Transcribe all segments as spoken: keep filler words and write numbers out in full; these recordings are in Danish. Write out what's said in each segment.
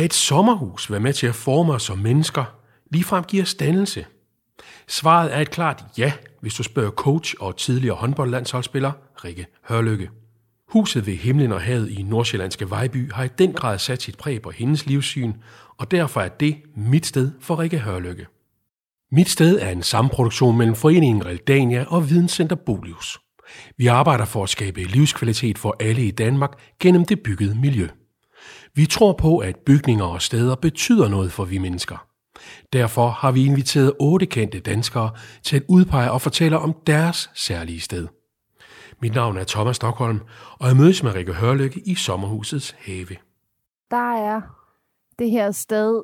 Kan et sommerhus være med til at forme os som mennesker, ligefrem give os dannelse? Svaret er et klart ja, hvis du spørger coach og tidligere håndboldlandsholdsspiller Rikke Hørlykke. Huset ved himlen og havet i nordsjællandske Vejby har i den grad sat sit præg på hendes livssyn, og derfor er det Mit Sted for Rikke Hørlykke. Mit Sted er en samproduktion mellem Foreningen Realdania og Videnscenter Bolius. Vi arbejder for at skabe livskvalitet for alle i Danmark gennem det byggede miljø. Vi tror på, at bygninger og steder betyder noget for vi mennesker. Derfor har vi inviteret otte kendte danskere til at udpege og fortælle om deres særlige sted. Mit navn er Thomas Stockholm, og jeg mødes med Rikke Hørlykke i sommerhusets have. Der er det her sted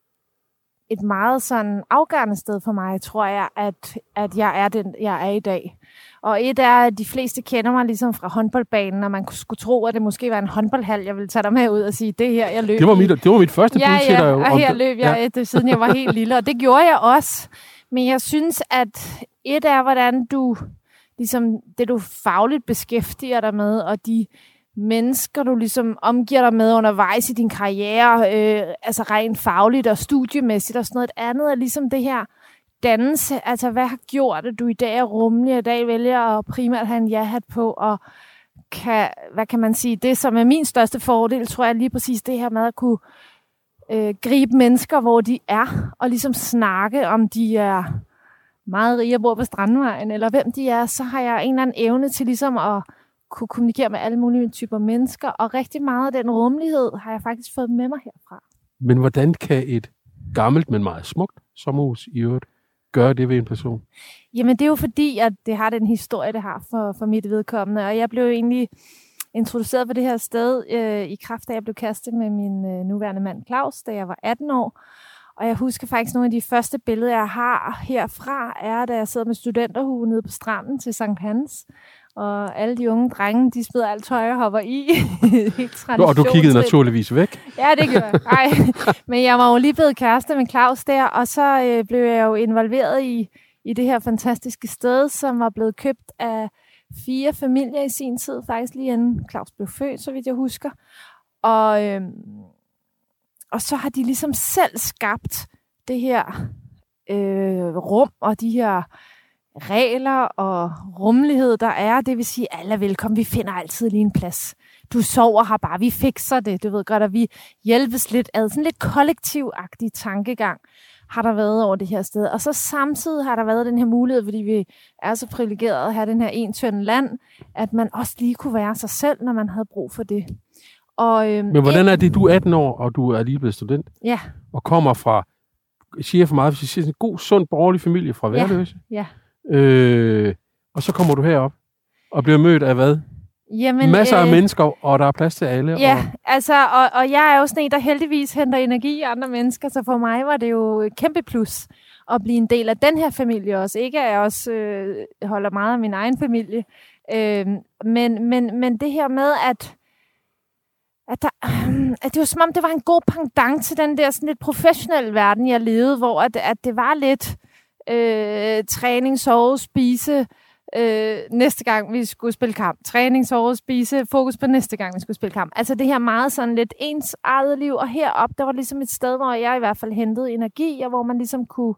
et meget sådan afgørende sted for mig, tror jeg, at, at jeg er den, jeg er i dag. Og et er, at de fleste kender mig ligesom fra håndboldbanen, og man skulle tro, at det måske var en håndboldhal, jeg ville tage dig med ud og sige, det her, jeg løb Det var mit, det var mit første ja, bud til dig. Ja, og her løb jeg, ja. siden jeg var helt lille, og det gjorde jeg også. Men jeg synes, at et er, hvordan du, ligesom det du fagligt beskæftiger dig med, og de mennesker, du ligesom omgiver dig med undervejs i din karriere, øh, altså rent fagligt og studiemæssigt og sådan noget. Et andet er ligesom det her dannelse. Altså, hvad har gjort, at du i dag er rummelig, og i dag vælger at primært have en ja-hat på, og kan, hvad kan man sige, det som er min største fordel, tror jeg lige præcis det her med at kunne øh, gribe mennesker, hvor de er, og ligesom snakke om de er meget rige og bor på Strandvejen, eller hvem de er, så har jeg en eller anden evne til ligesom at kunne kommunikere med alle mulige typer mennesker, og rigtig meget af den rummelighed har jeg faktisk fået med mig herfra. Men hvordan kan et gammelt, men meget smukt sommerhus i øvrigt gøre det ved en person? Jamen det er jo fordi, at det har den historie, det har for, for mit vedkommende, og jeg blev egentlig introduceret på det her sted øh, i kraft af, at jeg blev kastet med min øh, nuværende mand Claus, da jeg var atten år. Og jeg husker faktisk nogle af de første billeder, jeg har herfra, er, da jeg sidder med studenterhue nede på stranden til Sankt Hans. Og alle de unge drenge, de smider alt tøj og hopper i. Og du kiggede naturligvis væk. Ja, det gjorde jeg. Ej. Men jeg var jo lige blevet kæreste med Claus der, og så øh, blev jeg jo involveret i, i det her fantastiske sted, som var blevet købt af fire familier i sin tid, faktisk lige inden Claus blev født, så vidt jeg husker. Og, øh, og så har de ligesom selv skabt det her øh, rum og de her regler og rummelighed, der er. Det vil sige, at alle er velkommen. Vi finder altid lige en plads. Du sover her bare. Vi fikser det. Du ved godt, at vi hjælpes lidt ad. Sådan lidt kollektivagtig tankegang har der været over det her sted. Og så samtidig har der været den her mulighed, fordi vi er så privilegerede at have den her en tynde land, at man også lige kunne være sig selv, når man havde brug for det. Og, øhm, Men hvordan er det, du er atten år, og du er lige blevet student? Ja. Og kommer fra, siger for meget, hvis jeg siger, en god, sund, borgerlig familie fra Værløse. Ja, ja. Øh, og så kommer du herop og bliver mødt af hvad? Jamen, masser af øh, mennesker, og der er plads til alle. Ja, og... altså, og, og jeg er jo sådan en, der heldigvis henter energi i andre mennesker, så for mig var det jo et kæmpe plus at blive en del af den her familie også. Ikke at jeg også øh, holder meget af min egen familie, øh, men, men, men det her med, at At, der, at det var som om, det var en god pendant til den der sådan lidt professionelle verden, jeg levede, hvor at, at det var lidt øh, træning, sove, spise, øh, næste gang vi skulle spille kamp. Træning, sove, spise, fokus på næste gang vi skulle spille kamp. Altså det her meget sådan lidt ens eget liv, og heroppe, der var ligesom et sted, hvor jeg i hvert fald hentede energi, og hvor man ligesom kunne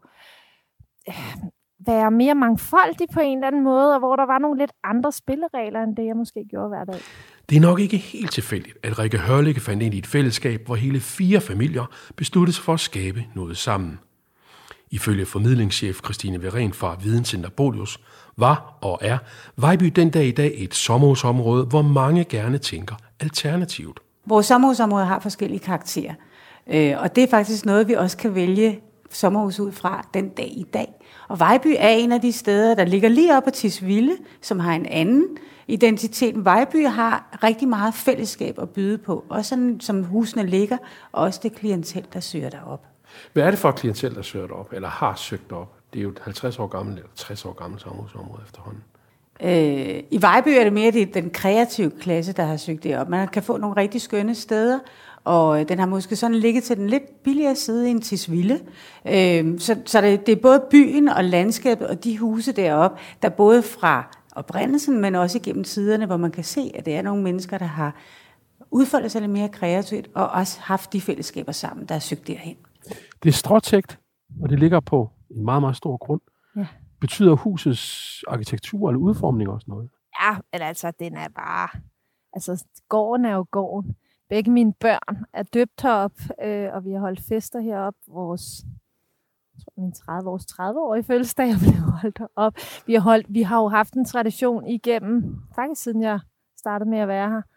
øh, være mere mangfoldig på en eller anden måde, og hvor der var nogle lidt andre spilleregler, end det jeg måske gjorde hver dag. Det er nok ikke helt tilfældigt, at Rikke Hørlykke fandt ind i et fællesskab, hvor hele fire familier besluttede sig for at skabe noget sammen. Ifølge formidlingschef Christine Veren fra Videnscenter Bolius var og er Vejby den dag i dag et sommerhusområde, hvor mange gerne tænker alternativt. Vores sommerhusområde har forskellige karakterer, og det er faktisk noget, vi også kan vælge sommerhus ud fra den dag i dag. Og Vejby er en af de steder, der ligger lige oppe på Tisvilde, som har en anden identitet. Vejby har rigtig meget fællesskab at byde på, også sådan, som husene ligger, og også det klientel, der søger derop. Hvad er det for et klientel, der søger derop, eller har søgt derop? Det er jo et halvtreds år gammelt eller tres år gammelt sommerhusområde efterhånden. Øh, I Vejby er det mere det, den kreative klasse, der har søgt det op. Man kan få nogle rigtig skønne steder, og den har måske sådan ligget til den lidt billigere side end Tisvilde. Øh, så så det, det er både byen og landskabet og de huse deroppe, der både fra oprindelsen, men også igennem tiderne, hvor man kan se, at det er nogle mennesker, der har udfoldet sig lidt mere kreativt, og også haft de fællesskaber sammen, der er søgt derhen. Det er stråtægt, og det ligger på en meget, meget stor grund. Ja. Betyder husets arkitektur eller udformning også noget? Ja, men altså, den er bare... Altså, gården er jo gården. Begge mine børn er døbt herop, øh, og vi har holdt fester heroppe. Vores, jeg tror, min tredive, vores tredive-årige fødselsdag er blevet holdt op. Vi har, holdt, vi har jo haft en tradition igennem, faktisk siden jeg startede med at være her,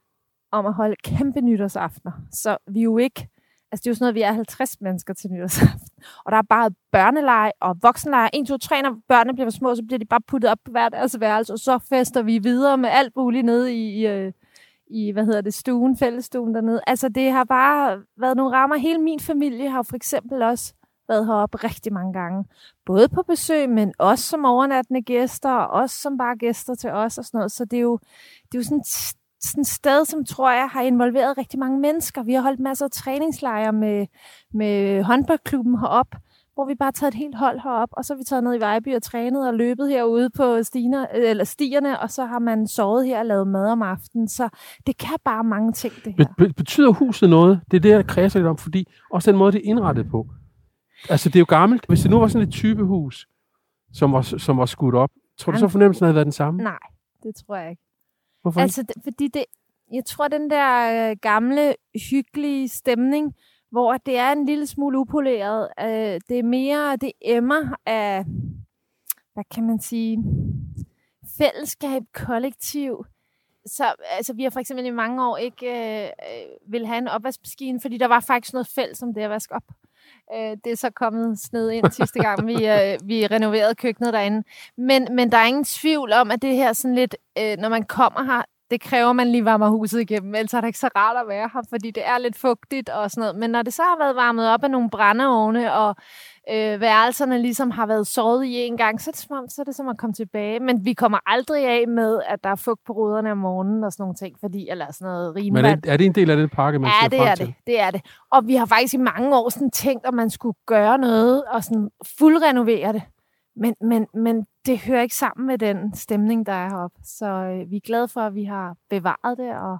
om at holde kæmpe nytårsaftener. Så vi er jo ikke... Altså, det er jo sådan noget, vi er halvtreds mennesker til nytårsaften. Og der er bare børneleje og voksenleje. En, to, tre, når børnene bliver små, så bliver de bare puttet op på hver deres værelse, og så fester vi videre med alt muligt nede i, i, i hvad hedder det, stuen, fællesstuen dernede. Altså, det har bare været nogle rammer. Hele min familie har for eksempel også været heroppe rigtig mange gange. Både på besøg, men også som overnattende gæster, og også som bare gæster til os og sådan noget. Så det er jo, det er jo sådan sådan et sted, som tror jeg har involveret rigtig mange mennesker. Vi har holdt masser af træningslejre med, med håndboldklubben herop, hvor vi bare har taget et helt hold herop, og så har vi taget ned i Vejby og trænet og løbet herude på stiner, eller stierne, og så har man sovet her og lavet mad om aftenen. Så det kan bare mange ting, det her. Be- betyder huset noget? Det er det, jeg kredser lidt om, fordi også den måde, det er indrettet på. Altså, det er jo gammelt. Hvis det nu var sådan et typehus, som var, som var skudt op, tror du så fornemmelsen havde været den samme? Nej, det tror jeg ikke. Hvorfor altså, det, fordi det, jeg tror, den der øh, gamle, hyggelige stemning, hvor det er en lille smule upoleret, øh, det er mere, det emmer af, hvad kan man sige, fællesskab, kollektiv. Så altså, vi har for eksempel i mange år ikke øh, vil have en opvaskemaskine, fordi der var faktisk noget fælles om det at vaske op. Øh, det er så kommet sned ind sidste gang, vi, øh, vi renoverede køkkenet derinde. Men, men der er ingen tvivl om, at det her sådan lidt, øh, når man kommer her, det kræver, man lige varmer huset igennem, ellers er det ikke så rart at være her, fordi det er lidt fugtigt og sådan noget. Men når det så har været varmet op af nogle brændeovne, og øh, værelserne ligesom har været såret i en gang, så er, det som, så er det som at komme tilbage. Men vi kommer aldrig af med, at der er fugt på ruderne om morgenen og sådan nogle ting, fordi, eller sådan noget rimvand. Men er det, er det en del af den pakke, man ja, ser det frem er til? det, det er det. Og vi har faktisk i mange år sådan tænkt, at man skulle gøre noget og sådan fuldrenovere det. Men, men, men det hører ikke sammen med den stemning, der er heroppe. Så øh, vi er glade for, at vi har bevaret det, og,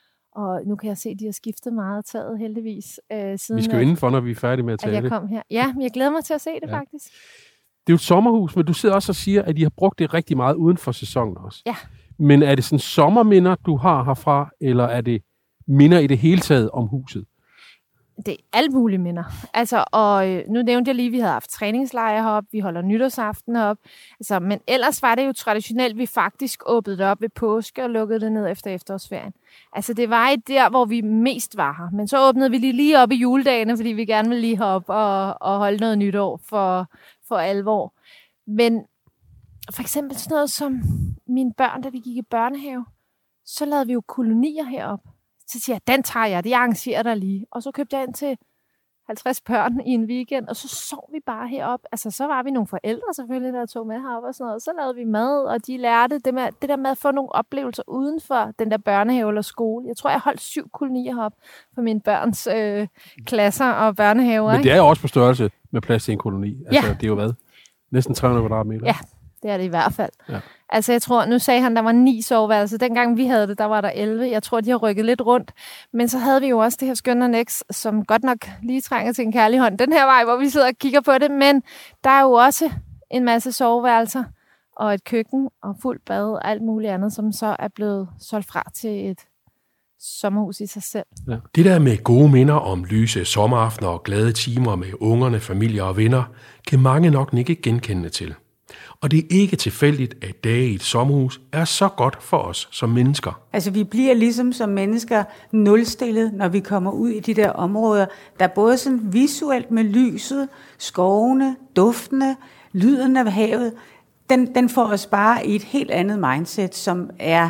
og nu kan jeg se, at de har skiftet meget af taget, heldigvis. Øh, siden vi skal jo indenfor, når vi er færdige med at tale. At jeg kom her. Ja, men jeg glæder mig til at se det, ja. Faktisk. Det er jo et sommerhus, men du sidder også og siger, at I har brugt det rigtig meget uden for sæsonen også. Ja. Men er det sådan sommerminder, du har herfra, eller er det minder i det hele taget om huset? Det er alt mulige minder. Altså, og øh, nu nævnte jeg lige, at vi havde haft træningslejre heroppe, vi holder nytårsaften heroppe. Altså, men ellers var det jo traditionelt, vi faktisk åbnede det op ved påske og lukkede det ned efter efterårsferien. Altså, det var i der, hvor vi mest var her. Men så åbnede vi lige, lige op i juledagene, fordi vi gerne ville lige herop og, og holde noget nytår for, for alvor. Men for eksempel sådan noget som mine børn, da vi gik i børnehave, så lavede vi jo kolonier heroppe. Så siger jeg, den tager jeg, det jeg arrangerer der lige. Og så købte jeg ind til halvtreds børn i en weekend, og så sov vi bare heroppe. Altså, så var vi nogle forældre selvfølgelig, der tog med heroppe og sådan noget. Så lavede vi mad, og de lærte det, med, det der med at få nogle oplevelser uden for den der børnehave eller skole. Jeg tror, jeg holdt syv kolonier heroppe for mine børns øh, klasser og børnehaver. Men det er jo også på størrelse med plads til en koloni. Altså, ja. Det er jo hvad? Næsten tre hundrede kvadratmeter. Ja, det er det i hvert fald. Ja. Altså, jeg tror, nu sagde han, der var ni soveværelser. Dengang vi havde det, der var der elleve. Jeg tror, de har rykket lidt rundt. Men så havde vi jo også det her skønne annex, som godt nok lige trænger til en kærlig hånd. Den her vej, hvor vi sidder og kigger på det. Men der er jo også en masse soveværelser og et køkken og fuldt bad og alt muligt andet, som så er blevet solgt fra til et sommerhus i sig selv. Ja. Det der med gode minder om lyse sommeraftener og glade timer med ungerne, familie og venner, kan mange nok ikke genkende til. Og det er ikke tilfældigt, at dage i et sommerhus er så godt for os som mennesker. Altså, vi bliver ligesom som mennesker nulstillet, når vi kommer ud i de der områder, der både sådan visuelt med lyset, skovene, duftene, lyden af havet, den, den får os bare i et helt andet mindset, som er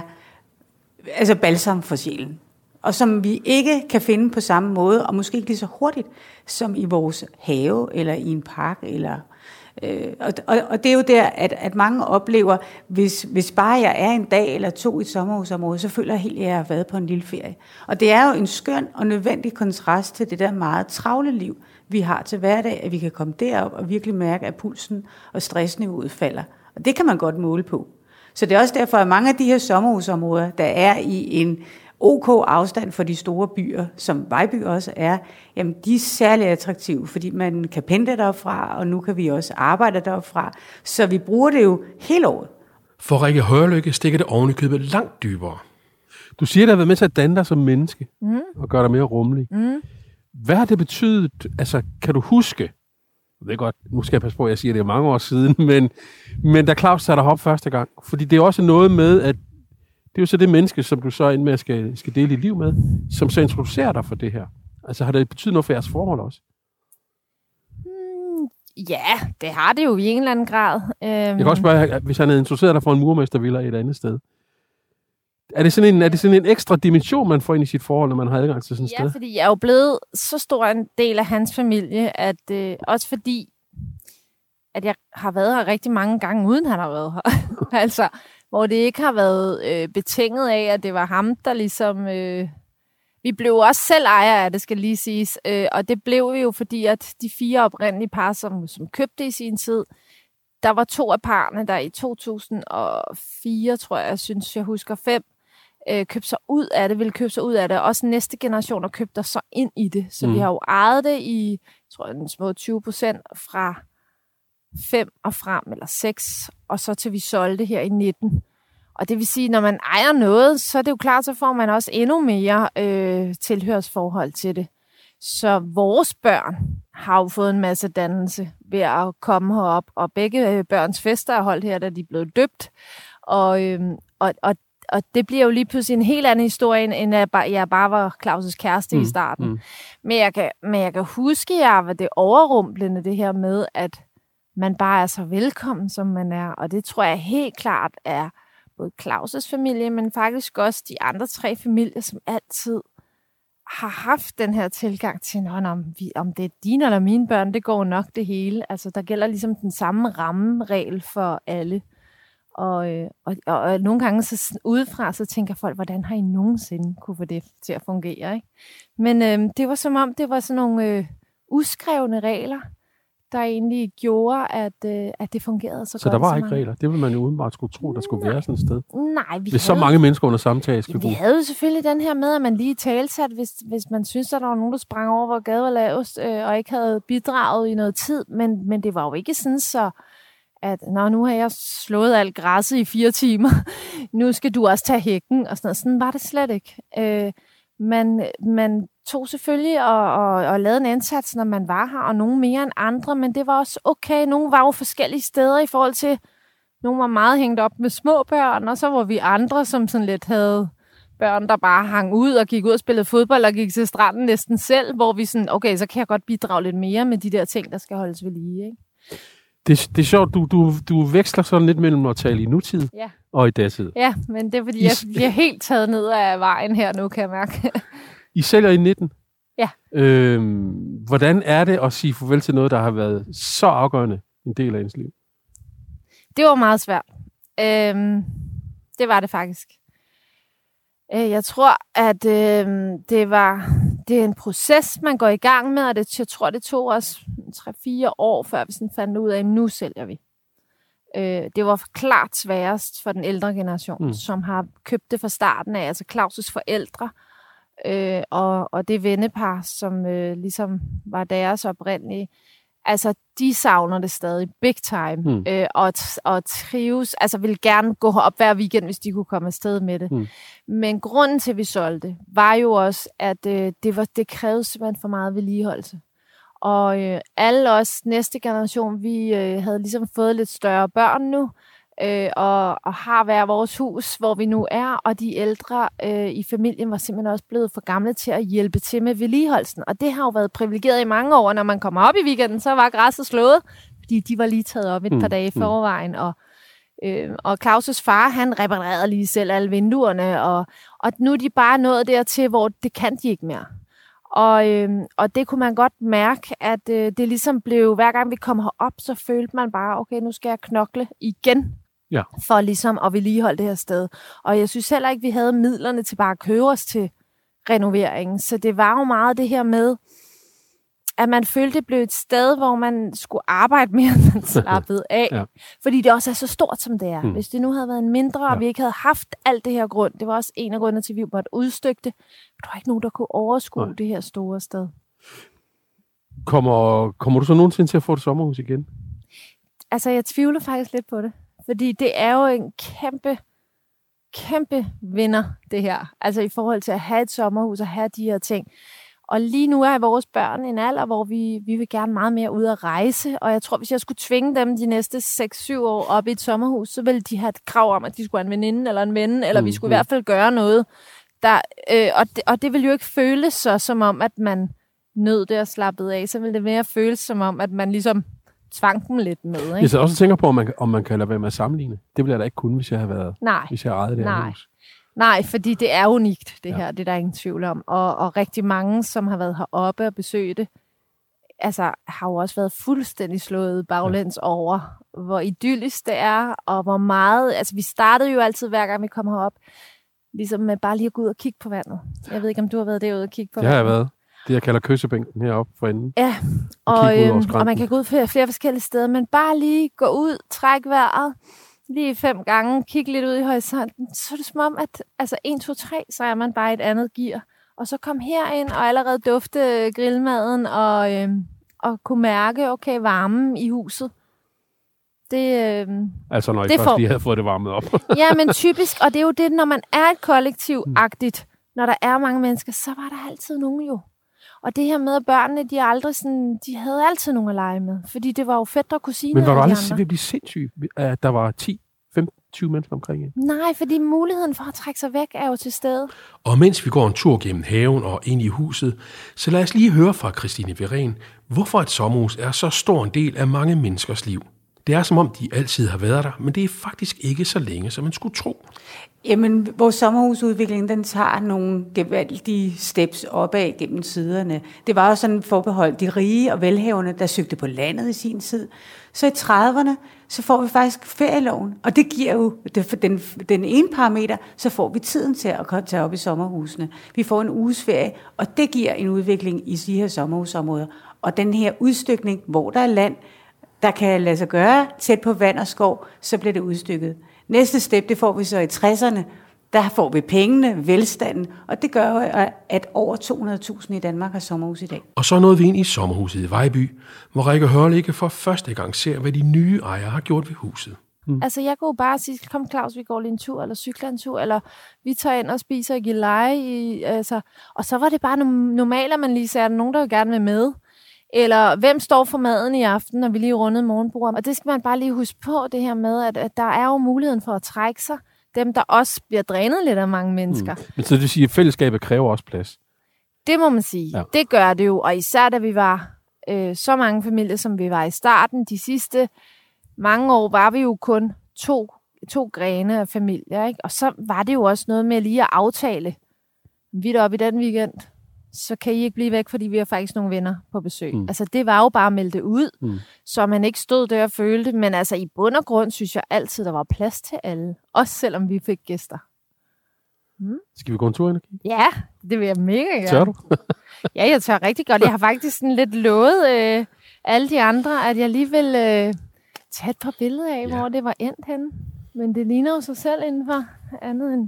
altså balsam for sjælen. Og som vi ikke kan finde på samme måde, og måske ikke lige så hurtigt, som i vores have, eller i en park, eller... Øh, og, og, og det er jo der, at, at mange oplever, hvis, hvis bare jeg er en dag eller to i et sommerhusområde, så føler jeg helt, at jeg har været på en lille ferie. Og det er jo en skøn og nødvendig kontrast til det der meget travle liv, vi har til hverdag, at vi kan komme derop og virkelig mærke, at pulsen og stressniveauet falder. Og det kan man godt måle på. Så det er også derfor, at mange af de her sommerhusområder, der er i en OK afstand for de store byer, som Vejby også er, jamen de er særlig attraktive, fordi man kan pendle derfra, og nu kan vi også arbejde derfra. Så vi bruger det jo hele året. For Rikke Hørlykke stikker det oven i købet langt dybere. Du siger, at det har været med til at danne dig som menneske, Mm. og gøre dig mere rummelig. Mm. Hvad har det betydet? Altså, kan du huske? Jeg ved godt, nu skal jeg passe på, at jeg siger det er mange år siden, men, men da Claus satte dig op første gang, fordi det er også noget med, at det er jo så det menneske, som du så ind med skal, skal dele dit liv med, som så introducerer dig for det her. Altså, har det betydet noget for jeres forhold også? Mm, ja, det har det jo i en eller anden grad. Øhm, Jeg kan også spørge, hvis han havde introduceret dig for en murmestervilla et andet sted. Er det, sådan en, er det sådan en ekstra dimension, man får ind i sit forhold, når man har adgang til sådan et ja, sted? fordi jeg er jo blevet så stor en del af hans familie, at øh, også fordi, at jeg har været her rigtig mange gange, uden han har været her. Altså, hvor det ikke har været øh, betinget af, at det var ham, der ligesom... Øh, vi blev også selv ejere af det, skal lige siges. Øh, og det blev vi jo, fordi at de fire oprindelige par, som, som købte i sin tid, der var to af parerne, der i to tusind og fire, tror jeg, jeg synes, jeg husker fem, øh, købte sig ud af det, ville købe sig ud af det. Også næste generationer købte sig ind i det. Så mm. vi har jo ejet det i, jeg tror jeg, små tyve procent fra fem og frem, eller seks, og så til vi solgte her i nitten. Og det vil sige, når man ejer noget, så er det jo klart, så får man også endnu mere øh, tilhørsforhold til det. Så vores børn har jo fået en masse dannelse ved at komme herop, og begge øh, børns fester er holdt her, da de er blevet døbt. Og, øh, og, og, og det bliver jo lige pludselig en helt anden historie, end at jeg bare var Claus' kæreste mm, i starten. Mm. Men, jeg kan, men jeg kan huske, at jeg var det overrumplende, det her med, at man bare er så velkommen, som man er. Og det tror jeg helt klart er både Claus' familie, men faktisk også de andre tre familier, som altid har haft den her tilgang til, om, vi, om det er dine eller mine børn, det går nok det hele. Altså, der gælder ligesom den samme rammeregel for alle. Og, øh, og, og, og nogle gange så udefra, så tænker folk, hvordan har I nogensinde kunne få det til at fungere? Ikke? Men øh, det var som om, det var sådan nogle øh, uskrevne regler, der egentlig gjorde, at, øh, at det fungerede så, så godt. Så der var så ikke mange. regler? Det ville man jo udenbart skulle tro, der skulle Nej. være sådan et sted. Nej, vi Hvis havde, så mange mennesker under samme tag skal vi bo. havde jo selvfølgelig den her med, at man lige talsat, hvis, hvis man synes, at der var nogen, der sprang over, hvor gaden var lavest, øh, og ikke havde bidraget i noget tid. Men, men det var jo ikke sådan så, at Nå, nu har jeg slået alt græsset i fire timer. Nu skal du også tage hækken, og sådan noget. Sådan var det slet ikke. Øh, man, man tog selvfølgelig og, og, og lavede en indsats, når man var her, og nogle mere end andre, men det var også okay. Nogle var jo forskellige steder i forhold til, nogle var meget hængt op med små børn, og så var vi andre, som sådan lidt havde børn, der bare hang ud og gik ud og spillede fodbold og gik til stranden næsten selv, hvor vi sådan, okay, så kan jeg godt bidrage lidt mere med de der ting, der skal holdes ved lige, ikke? Det, det er sjovt, du, du, du veksler sådan lidt mellem at tale i nutid ja. og i datid. Ja, men det er fordi, jeg bliver helt taget ned af vejen her nu, kan jeg mærke. I sælger i nitten. Ja. Øhm, hvordan er det at sige farvel til noget, der har været så afgørende en del af ens liv? Det var meget svært. Øhm, det var det faktisk. Øh, jeg tror, at øh, det var det er en proces, man går i gang med, og det, jeg tror, det tog os tre fire år, før vi sådan fandt ud af, at nu sælger vi. Øh, det var klart sværest for den ældre generation, mm. som har købt det fra starten af, altså Claus' forældre, øh, og, og det vennepar, som øh, ligesom var deres oprindelige. Altså, de savner det stadig big time, mm. øh, og, og trives, altså vil gerne gå op hver weekend, hvis de kunne komme afsted med det. Mm. Men grunden til, at vi solgte, var jo også, at øh, det, var, det krævede simpelthen for meget vedligeholdelse. Og øh, alle os næste generation, vi øh, havde ligesom fået lidt større børn nu, øh, og, og har hver vores hus, hvor vi nu er, og de ældre øh, i familien var simpelthen også blevet for gamle til at hjælpe til med vedligeholdelsen. Og det har jo været privilegeret i mange år, når man kommer op i weekenden, så var græsset slået, fordi de var lige taget op et mm, par dage i forvejen, og Øh, og Claus' far, han reparerede lige selv alle vinduerne, og, og nu er de bare nået dertil, hvor det kan de ikke mere. Og, øh, og det kunne man godt mærke, at øh, det ligesom blev, hver gang vi kom herop, så følte man bare, okay, nu skal jeg knokle igen, ja. for ligesom at vedligeholde det her sted. Og jeg synes heller ikke, vi havde midlerne til bare at købe os til renoveringen. Så det var jo meget det her med, at man følte, det blev et sted, hvor man skulle arbejde mere, end man slappede af. Ja. Fordi det også er så stort, som det er. Hmm. Hvis det nu havde været en mindre, ja. og vi ikke havde haft alt det her grund, det var også en af grundene til, at vi måtte udstykke det. Der var ikke nogen, der kunne overskue Nej. det her store sted. Kommer, kommer du så nogensinde til at få et sommerhus igen? Altså, jeg tvivler faktisk lidt på det. Fordi det er jo en kæmpe, kæmpe vinder, det her. Altså i forhold til at have et sommerhus og have de her ting. Og lige nu er vores børn en alder, hvor vi, vi vil gerne meget mere ud at rejse. Og jeg tror, hvis jeg skulle tvinge dem de næste seks syv år op i et sommerhus, så ville de have et krav om, at de skulle have en veninde eller en ven, eller mm, vi skulle mm. i hvert fald gøre noget. Der, øh, og, det, og det vil jo ikke føles så, som om, at man nød det og slappede af. Så vil det mere føles som om, at man ligesom tvang dem lidt med. Ikke? Jeg så også tænker på, om man, om man kan lade være med at sammenligne. Det ville jeg da ikke kunne, hvis jeg havde været, Nej. hvis jeg havde ejet det her hus. Nej, fordi det er unikt, det ja. her. Det er der ingen tvivl om. Og, og rigtig mange, som har været heroppe og besøgt det, altså, har jo også været fuldstændig slået baglæns ja. over, hvor idyllisk det er, og hvor meget... Altså, vi startede jo altid, hver gang vi kom herop, ligesom med bare lige at gå ud og kigge på vandet. Jeg ved ikke, om du har været derude og kigge på vandet. Det har jeg været. Det, jeg kalder kyssebænken heroppe for enden. Ja, og, og, øhm, og man kan gå ud flere, flere forskellige steder, men bare lige gå ud, træk vejret, lige fem gange, kigge lidt ud i horisonten, så er det som om, at altså en, to, tre, så er man bare et andet gear. Og så kom herind og allerede dufte grillmaden og, øhm, og kunne mærke, okay, varmen i huset. Det, øhm, altså når I det først får... lige havde fået det varmet op. Ja, men typisk, og det er jo det, når man er et kollektiv-agtigt, når der er mange mennesker, så var der altid nogen jo. Og det her med, at børnene, de, aldrig sådan, de havde altid nogen at lege med. Fordi det var jo fætter og kusiner. Men var du aldrig ved at blive sindssyg, at der var ti, femten, tyve mennesker omkring jer? Nej, fordi muligheden for at trække sig væk er jo til stede. Og mens vi går en tur gennem haven og ind i huset, så lad os lige høre fra Christine Viren, hvorfor et sommerhus er så stor en del af mange menneskers liv. Det er som om, de altid har været der, men det er faktisk ikke så længe, som man skulle tro. Jamen, vores sommerhusudvikling, den tager nogle gevaldige steps opad gennem siderne. Det var jo sådan forbeholdt de rige og velhavende, der søgte på landet i sin tid. Så i trediverne, så får vi faktisk ferieloven, og det giver jo den, den ene parameter, så får vi tiden til at tage op i sommerhusene. Vi får en uges ferie, og det giver en udvikling i de her sommerhusområder. Og den her udstykning, hvor der er land, der kan lade sig gøre tæt på vand og skov, så bliver det udstykket. Næste step, det får vi så i tresserne. Der får vi pengene, velstanden, og det gør jo, at over to hundrede tusind i Danmark har sommerhus i dag. Og så nåede vi ind i sommerhuset i Vejby, hvor Rikke Hørligge for første gang ser, hvad de nye ejere har gjort ved huset. Mm. Altså, jeg kunne bare sige, kom Claus, vi går lige en tur, eller cykler en tur, eller vi tager ind og spiser og giver lege. I, altså, og så var det bare normalt, at man lige sagde, at der nogen, der gerne vil med. Eller hvem står for maden i aften, når vi lige rundede morgenbordet. Og det skal man bare lige huske på, det her med, at, at der er jo muligheden for at trække sig. Dem, der også bliver drænet lidt af mange mennesker. Mm. Men så det vil sige, at fællesskabet kræver også plads? Det må man sige. Ja. Det gør det jo. Og især da vi var øh, så mange familier, som vi var i starten. De sidste mange år var vi jo kun to, to grene af familier. Ikke? Og så var det jo også noget med lige at aftale. Vi er deroppe i den weekend. Så kan I ikke blive væk, fordi vi har faktisk nogle venner på besøg. Mm. Altså, det var jo bare at melde det ud, mm. så man ikke stod der og følte. Men altså, i bund og grund, synes jeg altid, der var plads til alle. Også selvom vi fik gæster. Mm. Skal vi gå en tur ind og kigge? Ja, det vil jeg mega gerne. Tør du? Ja, jeg tør rigtig godt. Jeg har faktisk sådan lidt lovet øh, alle de andre, at jeg lige vil øh, tage et par billeder af, ja. hvor det var endt henne. Men det ligner jo sig selv indenfor andet end...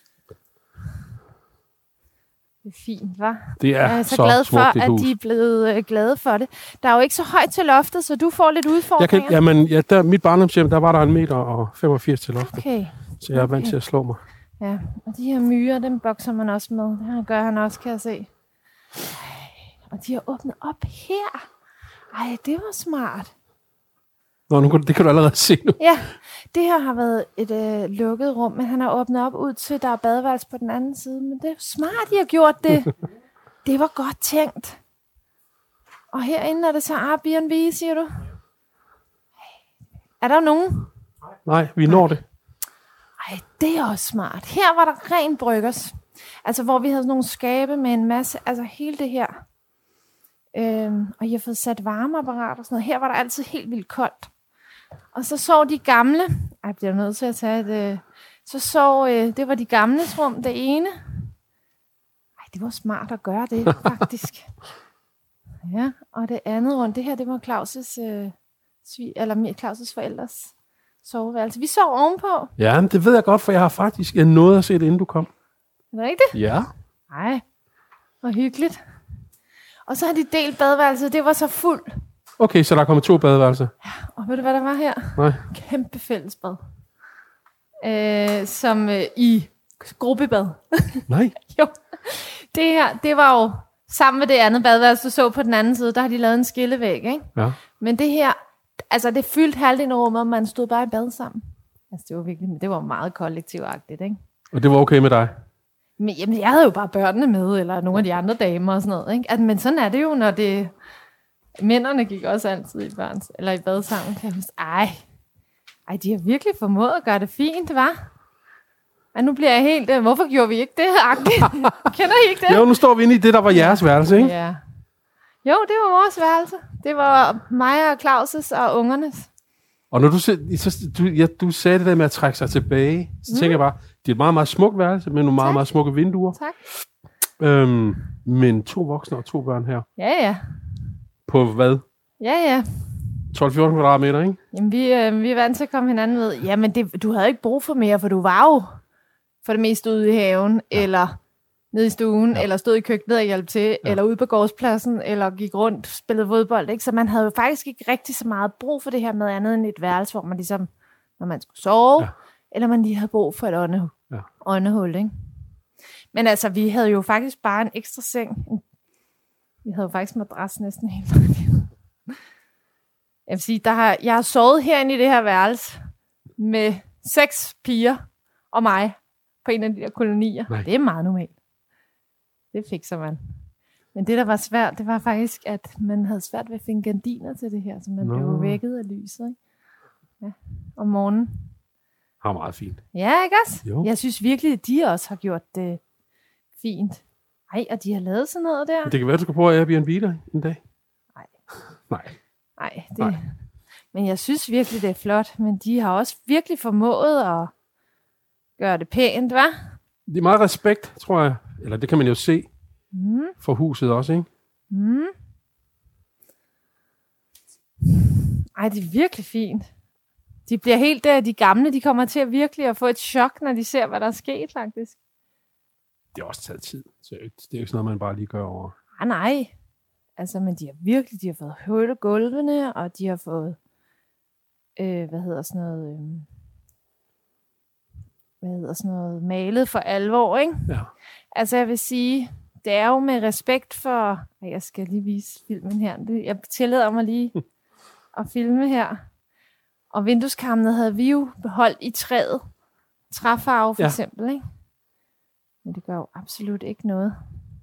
Det er fint, hva'? Det er jeg er så, så glad smukt, for, at de er blevet øh, glade for det. Der er jo ikke så højt til loftet, så du får lidt udfordringer. Jeg kan, jamen, ja, der, mit barndomshjem, der var der en meter og femogfirs til loftet. Okay. Så jeg er okay. vant til at slå mig. Ja, og de her myrer, dem bokser man også med. Det her gør han også, kan jeg se. Og de har åbnet op her. Ej, det var smart. Nå, nu, det kan du allerede se nu. Ja, det her har været et øh, lukket rum, men han har åbnet op ud til, der er badeværelse på den anden side. Men det er smart, de har gjort det. Det var godt tænkt. Og herinde er det så Airbnb, siger du? Er der nogen? Nej, vi når det. Ej, det er også smart. Her var der ren bryggers. Altså, hvor vi havde sådan nogle skabe med en masse, altså hele det her. Øhm, og I har fået sat varmeapparat og sådan noget. Her var der altid helt vildt koldt. Og så så de gamle, ej, bliver jeg nødt til at tage et, øh, så så, øh, det var de gamles rum, det ene. Ej, det var smart at gøre det, faktisk. Ja, og det andet rundt, det her, det var Claus' øh, svig, eller Claus' forældres soveværelse. Vi sov ovenpå. Ja, men det ved jeg godt, for jeg har faktisk jeg nåede at se det, inden du kom. Er det rigtigt? Ja. Nej, hvor hyggeligt. Og så har de delt badeværelset, det var så fuldt. Okay, så der er kommet to badeværelser. Ja, og ved du, hvad der var her? Nej. Kæmpe fællesbad. Øh, som øh, i gruppebad. Nej. Jo, det her, det var jo sammen med det andet badeværelse, du så på den anden side, der har de lavet en skillevæg, ikke? Ja. Men det her, altså det fyldte halvdelen af rummet, og man stod bare i bad sammen. Altså det var virkelig, det var meget kollektivagtigt, ikke? Og det var okay med dig? Men jamen, jeg havde jo bare børnene med, eller nogle af de andre damer og sådan noget, ikke? At, men sådan er det jo, når det... Mændene gik også altid i børns, eller i bad sammen. Kan jeg huske. Ej, ej, de har virkelig formået at gøre det fint, hva'? Men nu bliver jeg helt... Øh, hvorfor gjorde vi ikke det? Kender I ikke det? Jo, nu står vi inde i det, der var jeres værelse, ikke? Ja. Jo, det var vores værelse. Det var mig og Claus' og ungernes. Og når du, så, du, ja, du sagde det der med at trække sig tilbage, så mm. tænker jeg bare, det er et meget, meget smukt værelse, med nogle meget, Tak. meget smukke vinduer. Tak. Øhm, men to voksne og to børn her. Ja, ja. På hvad? Ja, ja. tolv til fjorten kvadratmeter, ikke? Jamen, vi, øh, vi er vant til at komme hinanden ved. Jamen, det, du havde ikke brug for mere, for du var jo for det meste ude i haven, ja. Eller nede i stuen, ja. Eller stod i køkkenet og hjalp til, ja. Eller ude på gårdspladsen, eller gik rundt, spillede fodbold, ikke? Så man havde jo faktisk ikke rigtig så meget brug for det her med andet end et værelse, hvor man ligesom, når man skulle sove, ja. Eller man lige havde brug for et åndehul, ja. åndehul, ikke? Men altså, vi havde jo faktisk bare en ekstra seng. Vi havde jo faktisk madras næsten helt vejen. Jeg vil sige, der har, jeg har sovet herinde i det her værelse med seks piger og mig på en af de der kolonier. Nej. Det er meget normalt. Det fikser man. Men det, der var svært, det var faktisk, at man havde svært ved at finde gardiner til det her, så man Nå. blev vækket af lyset, ikke? Ja. Om morgenen. Det var meget fint. Ja, ikke også? Jo. Jeg synes virkelig, at de også har gjort det fint. Ej, og de har lavet sådan noget der. Det kan være, du skal prøve at Airbnb dig en dag. Nej. Nej. Nej, det... Nej. Men jeg synes virkelig, det er flot. Men de har også virkelig formået at gøre det pænt, hva'? Det er meget respekt, tror jeg. Eller det kan man jo se mm. for huset også, ikke? Mm. Ej, det er virkelig fint. De bliver helt der, de gamle, de kommer til at virkelig at få et chok, når de ser, hvad der er sket, faktisk. Det har også taget tid. Så det er jo ikke sådan noget, man bare lige gør over. Ah, nej. Altså, men de har virkelig, de har fået højt gulvene, og de har fået, øh, hvad hedder sådan noget, øh, hvad hedder sådan noget, malet for alvor, ikke? Ja. Altså, jeg vil sige, det er jo med respekt for, jeg skal lige vise filmen her, jeg tillader mig lige at filme her, og vindueskarmene havde vi jo beholdt i træet, træfarve for ja. Eksempel, ikke? Men det gør jo absolut ikke noget.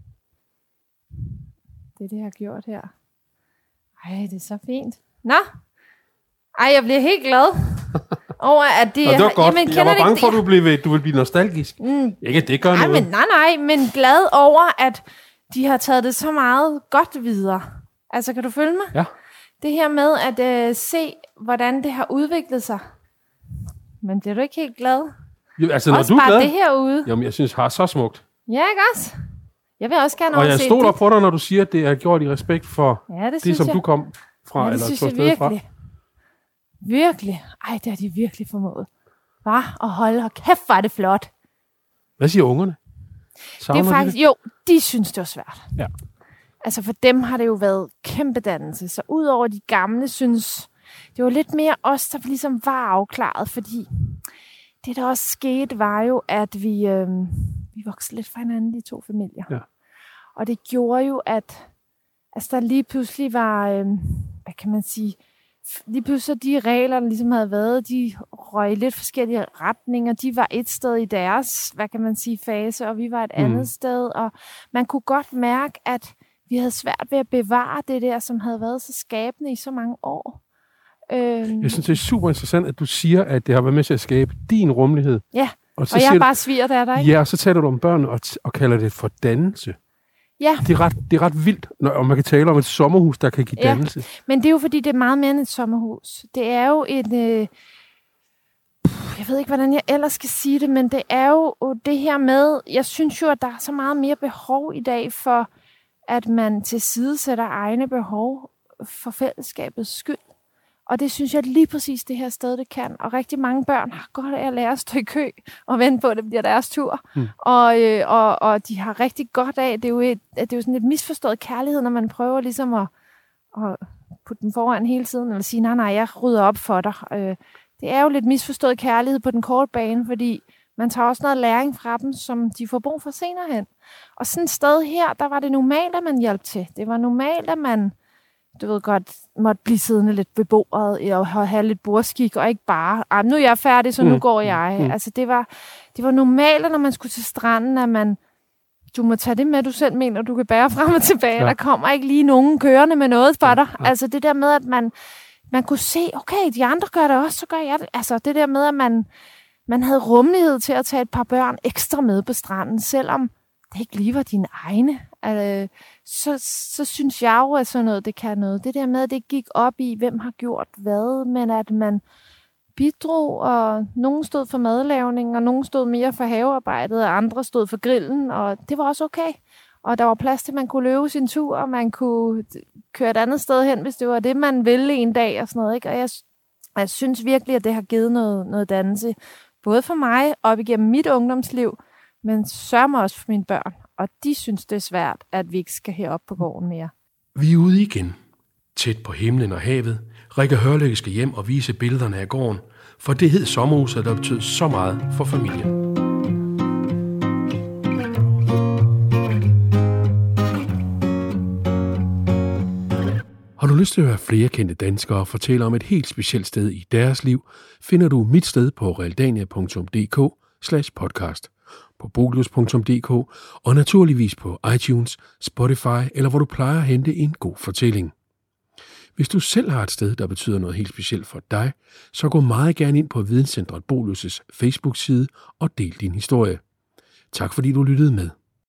Det, det har gjort her. Ej, det er så fint. Nå! Ej, jeg bliver helt glad over, at det... Nå, det var godt. Jamen, jeg var bange det, for, at du, blev, du ville blive nostalgisk. Mm. Ikke, det gør nej, noget. Men, nej, nej, men glad over, at de har taget det så meget godt videre. Altså, kan du følge mig? Ja. Det her med at øh, se, hvordan det har udviklet sig. Men bliver du ikke helt glad? Jo, altså, når også du er bare glad? Det herude. Jamen, jeg synes, det har så smukt. Ja, ikke også? Jeg vil også gerne Og jeg overse stoler dit. på dig, når du siger, at det er gjort i respekt for ja, det, det, som jeg. du kom fra, ja, det eller synes tog jeg sted virkelig. fra. Virkelig. Ej, det har de virkelig formået. Hva? Og hold og kæft, var det flot. Hvad siger ungerne? Savner det er faktisk, de det? jo, de synes, det var svært. Ja. Altså, for dem har det jo været kæmpe dannelse. Så udover de gamle, synes det var lidt mere os, der ligesom var afklaret, fordi det, der også skete, var jo, at vi, øh, vi voksede lidt fra hinanden, de to familier. Ja. Og det gjorde jo, at altså, der lige pludselig var, øh, hvad kan man sige, lige pludselig de regler, der ligesom havde været, de røg i lidt forskellige retninger. De var et sted i deres, hvad kan man sige, fase, og vi var et mm. andet sted. Og man kunne godt mærke, at vi havde svært ved at bevare det der, som havde været så skabende i så mange år. Øhm. Jeg synes, det er super interessant, at du siger, at det har været med til at skabe din rummelighed. Ja, og, så og jeg er du, bare sviger der, der ikke? Ja, og så taler du om børn og, t- og kalder det for dannelse. Ja. Det er ret, det er ret vildt, når, og man kan tale om et sommerhus, der kan give ja. dannelse. Men det er jo, fordi det er meget mere end et sommerhus. Det er jo et... Øh, jeg ved ikke, hvordan jeg ellers skal sige det, men det er jo det her med... Jeg synes jo, at der er så meget mere behov i dag for at man tilsidesætter egne behov for fællesskabets skyld. Og det synes jeg lige præcis det her sted, det kan. Og rigtig mange børn har godt af at lære at stå i kø og vente på, at det bliver deres tur. Mm. Og, øh, og, og de har rigtig godt af, det er jo, et, det er jo sådan et misforstået kærlighed, når man prøver ligesom at, at putte dem foran hele tiden, eller sige, nej, nej, jeg rydder op for dig. Øh, det er jo lidt misforstået kærlighed på den korte bane, fordi man tager også noget læring fra dem, som de får brug for senere hen. Og sådan et sted her, der var det normalt, at man hjalp til. Det var normalt, at man, du ved godt, måtte blive siddende lidt ved bordet og have lidt bordskik, og ikke bare, nu er jeg færdig, så nu mm. går jeg. Mm. Altså, det var, det var normalt, når man skulle til stranden, at man, du må tage det med, du selv mener, du kan bære frem og tilbage. Ja. Der kommer ikke lige nogen kørende med noget for dig. Ja. Altså, det der med, at man, man kunne se, okay, de andre gør det også, så gør jeg det. Altså, det der med, at man, man havde rummelighed til at tage et par børn ekstra med på stranden, selvom det ikke lige var dine egne. Altså, så, så synes jeg jo, at sådan noget, det kan noget. Det der med, at det gik op i, hvem har gjort hvad, men at man bidrog, og nogen stod for madlavning, og nogen stod mere for havearbejdet, og andre stod for grillen, og det var også okay. Og der var plads til, at man kunne løbe sin tur, og man kunne køre et andet sted hen, hvis det var det, man ville en dag, og sådan noget, ikke? Og jeg, jeg synes virkelig, at det har givet noget, noget dannelse, både for mig, op igennem mit ungdomsliv, men sørger også for mine børn. Og de synes, det er svært, at vi ikke skal herop på gården mere. Vi er ude igen. Tæt på himlen og havet. Rikke Hørlykke skal hjem og vise billederne af gården, for det hed sommerhuset, der betød så meget for familien. Har du lyst til at høre flere kendte danskere fortælle om et helt specielt sted i deres liv, finder du Mit Sted på realdania punktum d k slash podcast, på boglius punktum d k og naturligvis på iTunes, Spotify eller hvor du plejer at hente en god fortælling. Hvis du selv har et sted, der betyder noget helt specielt for dig, så gå meget gerne ind på Videnscentret Boglius' Facebook-side og del din historie. Tak fordi du lyttede med.